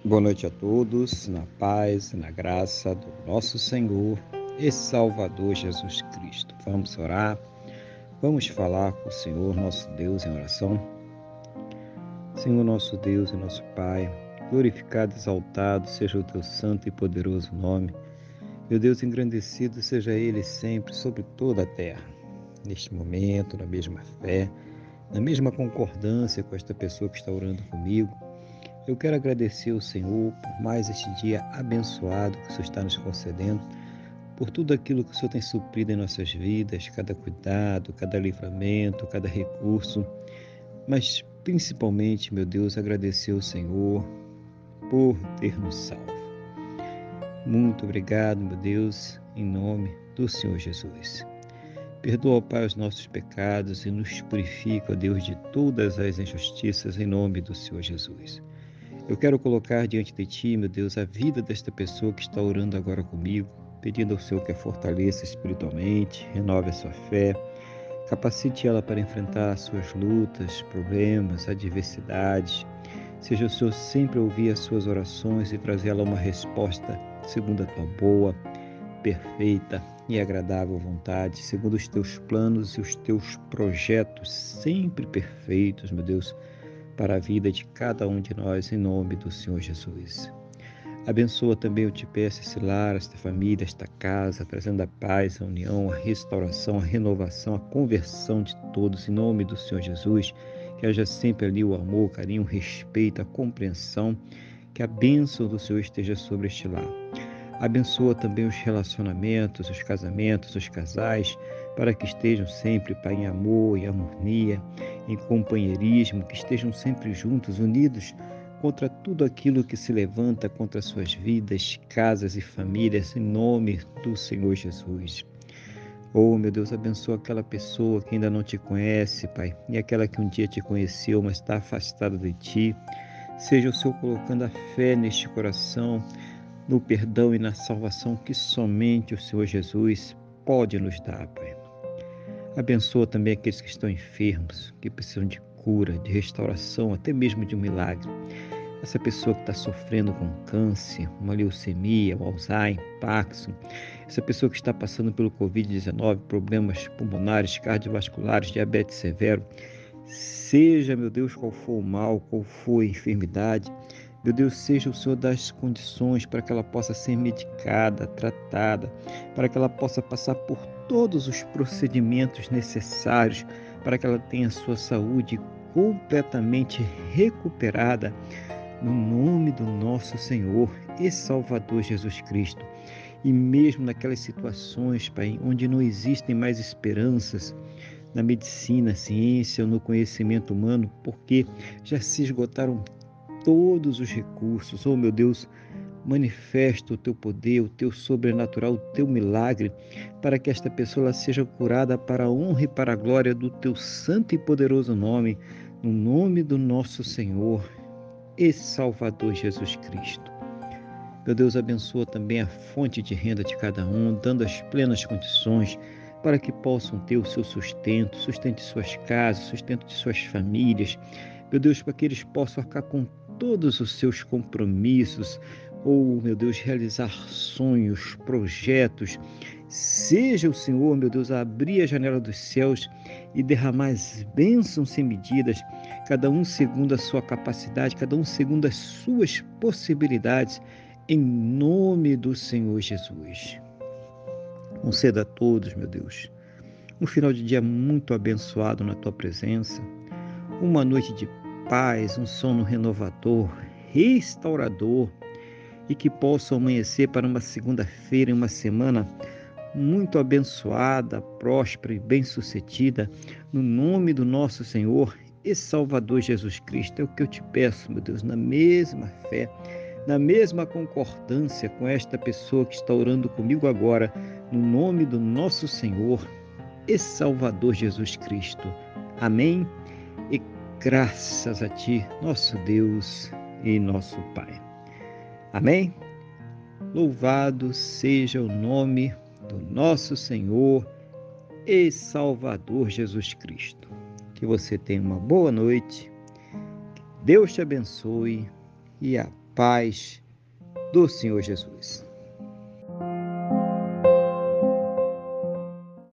Boa noite a todos, na paz e na graça do nosso Senhor e Salvador Jesus Cristo. Vamos orar, vamos falar com o Senhor, nosso Deus, em oração. Senhor, nosso Deus e nosso Pai, glorificado e exaltado seja o teu santo e poderoso nome. Meu Deus, engrandecido seja Ele sempre sobre toda a terra. Neste momento, na mesma fé, na mesma concordância com esta pessoa que está orando comigo, eu quero agradecer ao Senhor por mais este dia abençoado que o Senhor está nos concedendo, por tudo aquilo que o Senhor tem suprido em nossas vidas, cada cuidado, cada livramento, cada recurso, mas principalmente, meu Deus, agradecer ao Senhor por ter nos salvo. Muito obrigado, meu Deus, em nome do Senhor Jesus. Perdoa, Pai, os nossos pecados e nos purifica, ó Deus, de todas as injustiças, em nome do Senhor Jesus. Eu quero colocar diante de Ti, meu Deus, a vida desta pessoa que está orando agora comigo, pedindo ao Senhor que a fortaleça espiritualmente, renove a sua fé, capacite ela para enfrentar as suas lutas, problemas, adversidades. Seja o Senhor sempre ouvir as suas orações e trazer ela uma resposta segundo a Tua boa, perfeita e agradável vontade, segundo os Teus planos e os Teus projetos sempre perfeitos, meu Deus, para a vida de cada um de nós, em nome do Senhor Jesus. Abençoa também, eu te peço, esse lar, esta família, esta casa, trazendo a paz, a união, a restauração, a renovação, a conversão de todos, em nome do Senhor Jesus. Que haja sempre ali o amor, o carinho, o respeito, a compreensão, que a bênção do Senhor esteja sobre este lar. Abençoa também os relacionamentos, os casamentos, os casais, para que estejam sempre, Pai, em amor e harmonia, em companheirismo, que estejam sempre juntos, unidos contra tudo aquilo que se levanta contra suas vidas, casas e famílias, em nome do Senhor Jesus. Oh, meu Deus, abençoa aquela pessoa que ainda não te conhece, Pai, e aquela que um dia te conheceu, mas está afastada de ti. Seja o Senhor colocando a fé neste coração, no perdão e na salvação que somente o Senhor Jesus pode nos dar, Pai. Abençoa também aqueles que estão enfermos, que precisam de cura, de restauração, até mesmo de um milagre. Essa pessoa que está sofrendo com câncer, uma leucemia, um Alzheimer, Parkinson, essa pessoa que está passando pelo Covid-19, problemas pulmonares, cardiovasculares, diabetes severo, seja, meu Deus, qual for o mal, qual for a enfermidade, meu Deus, seja o Senhor das condições para que ela possa ser medicada, tratada, para que ela possa passar por todos os procedimentos necessários para que ela tenha sua saúde completamente recuperada, no nome do nosso Senhor e Salvador Jesus Cristo. E mesmo naquelas situações, Pai, onde não existem mais esperanças na medicina, ciência ou no conhecimento humano, porque já se esgotaram todos os recursos. Oh, meu Deus, manifesta o teu poder, o teu sobrenatural, o teu milagre, para que esta pessoa seja curada para a honra e para a glória do teu santo e poderoso nome, no nome do nosso Senhor e Salvador Jesus Cristo. Meu Deus, abençoa também a fonte de renda de cada um, dando as plenas condições para que possam ter o seu sustento, sustento de suas casas, sustento de suas famílias. Meu Deus, para que eles possam arcar com todos os seus compromissos, ou, meu Deus, realizar sonhos, projetos. Seja o Senhor, meu Deus, a abrir a janela dos céus e derramar as bênçãos sem medidas, cada um segundo a sua capacidade, cada um segundo as suas possibilidades, em nome do Senhor Jesus. Conceda a todos, meu Deus, um final de dia muito abençoado na Tua presença, uma noite de paz, um sono renovador, restaurador, e que possa amanhecer para uma segunda-feira, uma semana muito abençoada, próspera e bem-sucedida, no nome do nosso Senhor e Salvador Jesus Cristo. É o que eu te peço, meu Deus, na mesma fé, na mesma concordância com esta pessoa que está orando comigo agora, no nome do nosso Senhor e Salvador Jesus Cristo. Amém? E graças a Ti, nosso Deus e nosso Pai. Amém? Louvado seja o nome do nosso Senhor e Salvador Jesus Cristo. Que você tenha uma boa noite, Deus te abençoe e a paz do Senhor Jesus.